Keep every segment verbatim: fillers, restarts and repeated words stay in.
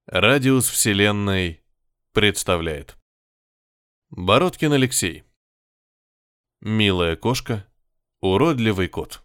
Радиус Вселенной представляет. Бородкин Алексей. Милая кошка, уродливый кот.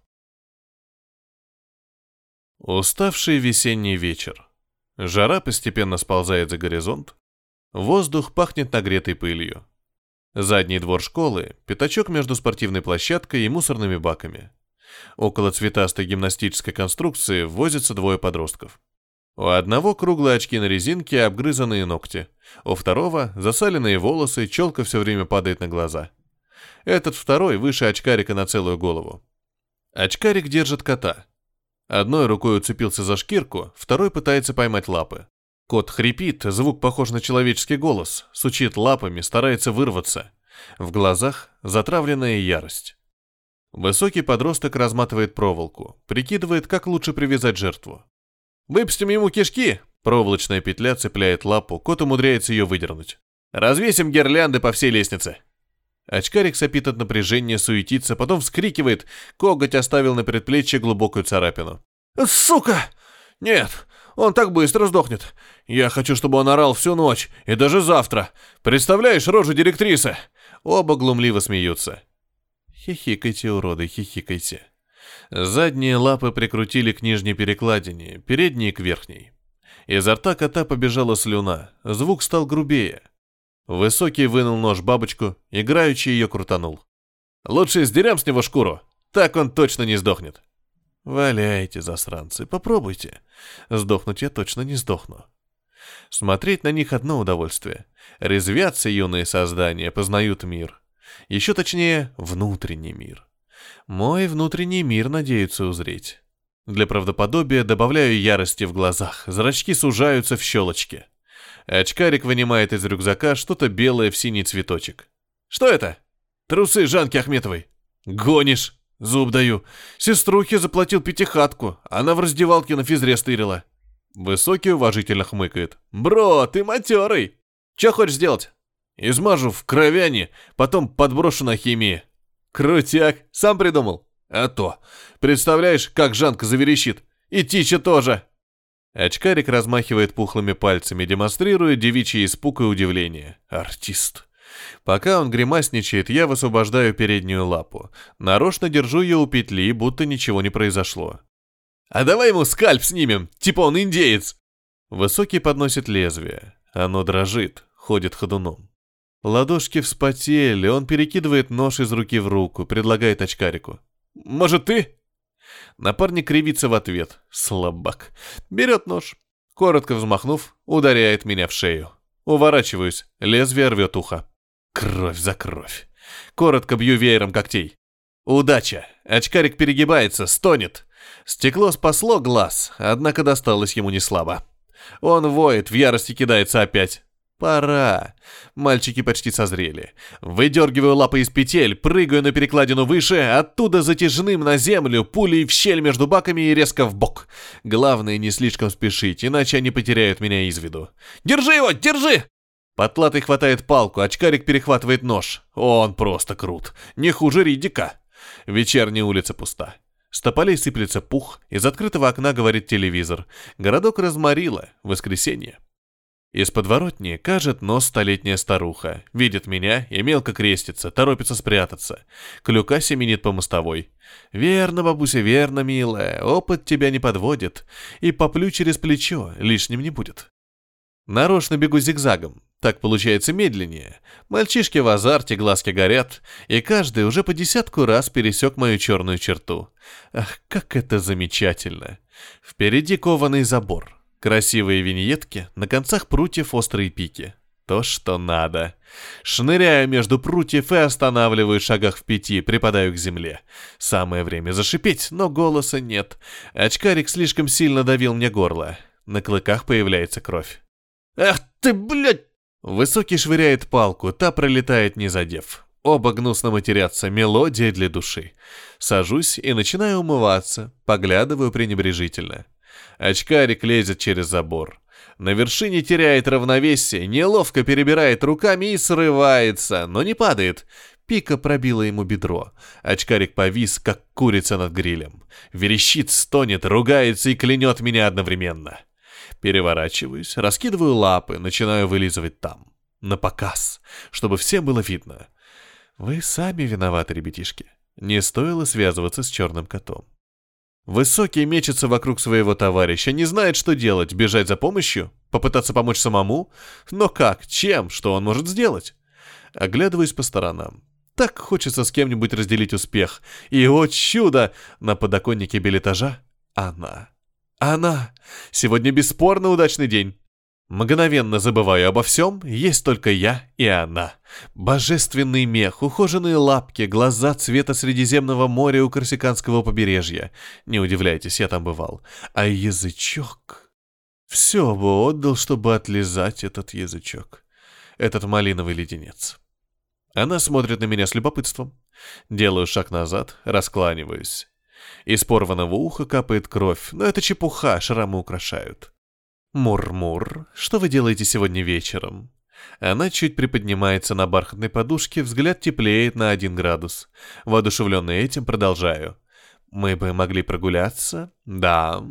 Уставший весенний вечер. Жара постепенно сползает за горизонт. Воздух пахнет нагретой пылью. Задний двор школы, пятачок между спортивной площадкой и мусорными баками. Около цветастой гимнастической конструкции возятся двое подростков. У одного круглые очки на резинке и обгрызанные ногти. У второго засаленные волосы, челка все время падает на глаза. Этот второй выше очкарика на целую голову. Очкарик держит кота. Одной рукой уцепился за шкирку, второй пытается поймать лапы. Кот хрипит, звук похож на человеческий голос, сучит лапами, старается вырваться. В глазах затравленная ярость. Высокий подросток разматывает проволоку, прикидывает, как лучше привязать жертву. «Выпустим ему кишки!» Проволочная петля цепляет лапу, кот умудряется ее выдернуть. «Развесим гирлянды по всей лестнице!» Очкарик сопит от напряжения, суетится, потом вскрикивает, коготь оставил на предплечье глубокую царапину. «Сука! Нет, он так быстро сдохнет. Я хочу, чтобы он орал всю ночь, и даже завтра. Представляешь рожу директрисы?» Оба глумливо смеются. «Хихикайте, уроды, хихикайте». Задние лапы прикрутили к нижней перекладине, передние к верхней. Изо рта кота побежала слюна, звук стал грубее. Высокий вынул нож-бабочку, играючи ее крутанул. «Лучше сдерем с него шкуру, так он точно не сдохнет». «Валяйте, засранцы, попробуйте. Сдохнуть я точно не сдохну». Смотреть на них одно удовольствие. Резвятся юные создания, познают мир. Еще точнее, внутренний мир. Мой внутренний мир надеются узреть. Для правдоподобия добавляю ярости в глазах, зрачки сужаются в щелочки. Очкарик вынимает из рюкзака что-то белое в синий цветочек. «Что это?» «Трусы Жанки Ахметовой». «Гонишь?» «Зуб даю. Сеструхе заплатил пятихатку, она в раздевалке на физре стырила». Высокий уважительно хмыкает. «Бро, ты матерый. Че хочешь сделать?» «Измажу в кровяне, потом подброшу на химии». «Крутяк, сам придумал?» «А то. Представляешь, как Жанка заверещит. И Тича тоже». Очкарик размахивает пухлыми пальцами, демонстрируя девичий испуг и удивление. Артист. Пока он гримасничает, я высвобождаю переднюю лапу. Нарочно держу ее у петли, будто ничего не произошло. «А давай ему скальп снимем, типа он индеец». Высокий подносит лезвие. Оно дрожит, ходит ходуном. Ладошки вспотели, он перекидывает нож из руки в руку, предлагает очкарику. «Может, ты?» Напарник кривится в ответ. Слабак. Берет нож. Коротко взмахнув, ударяет меня в шею. Уворачиваюсь, лезвие рвет ухо. Кровь за кровь. Коротко бью веером когтей. Удача. Очкарик перегибается, стонет. Стекло спасло глаз, однако досталось ему неслабо. Он воет, в ярости кидается опять. Пора. Мальчики почти созрели. Выдергиваю лапы из петель, прыгаю на перекладину выше, оттуда затяжным на землю, пулей в щель между баками и резко в бок. Главное не слишком спешить, иначе они потеряют меня из виду. «Держи его, держи!» Потлатый хватает палку, очкарик перехватывает нож. Он просто крут. Не хуже Риддика. Вечерняя улица пуста. С тополей сыплется пух, из открытого окна говорит телевизор. Городок разморило. Воскресенье. Из подворотни кажет нос столетняя старуха. Видит меня и мелко крестится, торопится спрятаться. Клюка семенит по мостовой. «Верно, бабуся, верно, милая, опыт тебя не подводит. И поплю через плечо, лишним не будет». Нарочно бегу зигзагом. Так получается медленнее. Мальчишки в азарте, глазки горят, и каждый уже по десятку раз пересек мою черную черту. Ах, как это замечательно! Впереди кованый забор. Красивые виньетки, на концах прутьев острые пики. То, что надо. Шныряю между прутьев и останавливаю в шагах в пяти, припадаю к земле. Самое время зашипеть, но голоса нет. Очкарик слишком сильно давил мне горло. На клыках появляется кровь. «Ах ты, блядь!» Высокий швыряет палку, та пролетает не задев. Оба гнусно матерятся, мелодия для души. Сажусь и начинаю умываться, поглядываю пренебрежительно. Очкарик лезет через забор. На вершине теряет равновесие, неловко перебирает руками и срывается, но не падает. Пика пробила ему бедро. Очкарик повис, как курица над грилем. Верещит, стонет, ругается и клянет меня одновременно. Переворачиваюсь, раскидываю лапы, начинаю вылизывать там. На показ, чтобы всем было видно. Вы сами виноваты, ребятишки. Не стоило связываться с черным котом. Высокий мечется вокруг своего товарища, не знает, что делать, бежать за помощью, попытаться помочь самому. Но как, чем, что он может сделать? Оглядываюсь по сторонам. Так хочется с кем-нибудь разделить успех. И, о чудо, на подоконнике билетажа она. Она. Сегодня бесспорно удачный день. Мгновенно забываю обо всем, есть только я и она. Божественный мех, ухоженные лапки, глаза цвета Средиземного моря у корсиканского побережья. Не удивляйтесь, я там бывал. А язычок... Все бы отдал, чтобы отлизать этот язычок. Этот малиновый леденец. Она смотрит на меня с любопытством. Делаю шаг назад, раскланиваюсь. Из порванного уха капает кровь, но это чепуха, шрамы украшают. «Мур-мур, что вы делаете сегодня вечером?» Она чуть приподнимается на бархатной подушке, взгляд теплеет на один градус. Воодушевленный этим продолжаю. «Мы бы могли прогуляться?» «Да.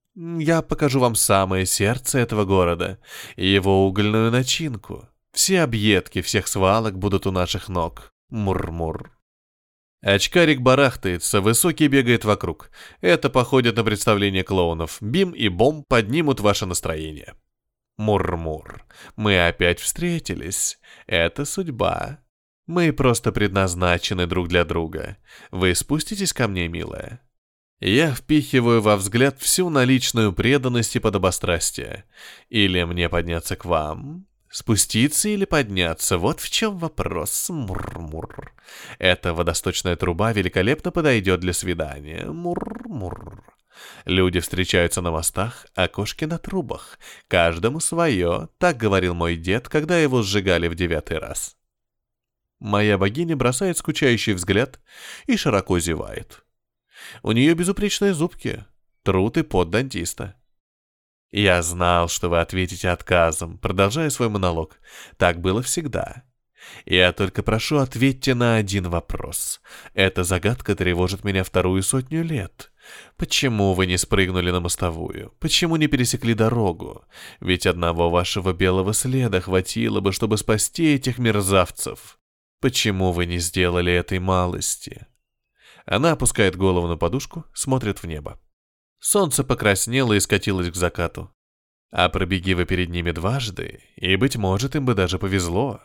Я покажу вам самое сердце этого города, его угольную начинку. Все объедки всех свалок будут у наших ног. Мур-мур». Очкарик барахтается, высокий бегает вокруг. Это походит на представление клоунов. Бим и Бом поднимут ваше настроение. Мур-мур. Мы опять встретились. Это судьба. Мы просто предназначены друг для друга. Вы спуститесь ко мне, милая? Я впихиваю во взгляд всю наличную преданность и подобострастие. Или мне подняться к вам? Спуститься или подняться? Вот в чем вопрос. Мур-мур. Эта водосточная труба великолепно подойдет для свидания. Мур-мур. Люди встречаются на мостах, а кошки на трубах. Каждому свое, так говорил мой дед, когда его сжигали в девятый раз. Моя богиня бросает скучающий взгляд и широко зевает. У нее безупречные зубки, труд и пот дантиста. «Я знал, что вы ответите отказом», продолжая свой монолог. «Так было всегда. Я только прошу, ответьте на один вопрос. Эта загадка тревожит меня вторую сотню лет. Почему вы не спрыгнули на мостовую? Почему не пересекли дорогу? Ведь одного вашего белого следа хватило бы, чтобы спасти этих мерзавцев. Почему вы не сделали этой малости?» Она опускает голову на подушку, смотрит в небо. Солнце покраснело и скатилось к закату. А пробеги вы перед ними дважды, и, быть может, им бы даже повезло.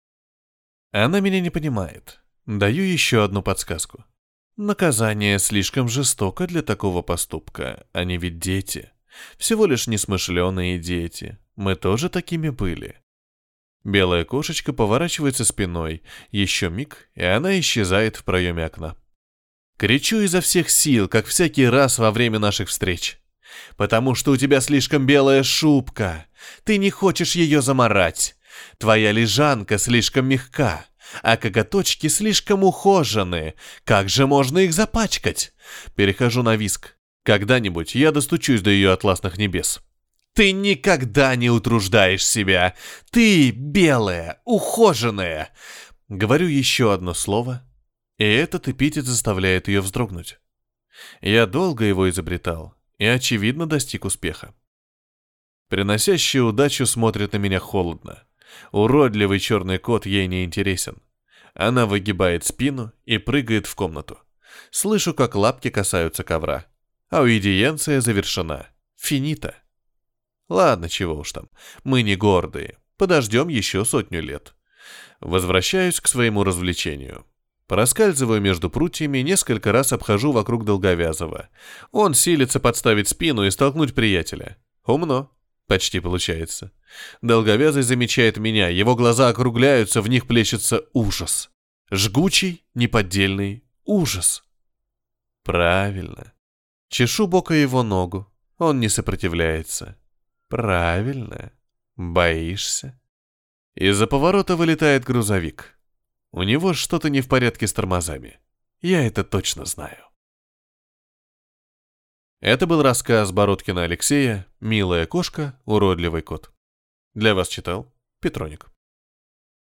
Она меня не понимает. Даю еще одну подсказку. Наказание слишком жестоко для такого поступка. Они ведь дети. Всего лишь несмышленые дети. Мы тоже такими были. Белая кошечка поворачивается спиной. Еще миг, и она исчезает в проеме окна. Кричу изо всех сил, как всякий раз во время наших встреч. Потому что у тебя слишком белая шубка. Ты не хочешь ее замарать. Твоя лежанка слишком мягка, а коготочки слишком ухоженные. Как же можно их запачкать? Перехожу на виск. Когда-нибудь я достучусь до ее атласных небес. Ты никогда не утруждаешь себя. Ты белая, ухоженная. Говорю еще одно слово, и этот эпитет заставляет ее вздрогнуть. Я долго его изобретал и, очевидно, достиг успеха. Приносящий удачу смотрит на меня холодно. Уродливый черный кот ей не интересен. Она выгибает спину и прыгает в комнату. Слышу, как лапки касаются ковра. Аудиенция завершена. Финита. Ладно, чего уж там. Мы не гордые. Подождем еще сотню лет. Возвращаюсь к своему развлечению. Проскальзываю между прутьями, несколько раз обхожу вокруг Долговязова. Он силится подставить спину и столкнуть приятеля. Умно. Почти получается. Долговязый замечает меня, его глаза округляются, в них плещется ужас. Жгучий, неподдельный ужас. Правильно. Чешу бока его ногу. Он не сопротивляется. Правильно. Боишься. Из-за поворота вылетает грузовик. У него что-то не в порядке с тормозами. Я это точно знаю. Это был рассказ Бородкина Алексея «Милая кошка, уродливый кот». Для вас читал Петроник.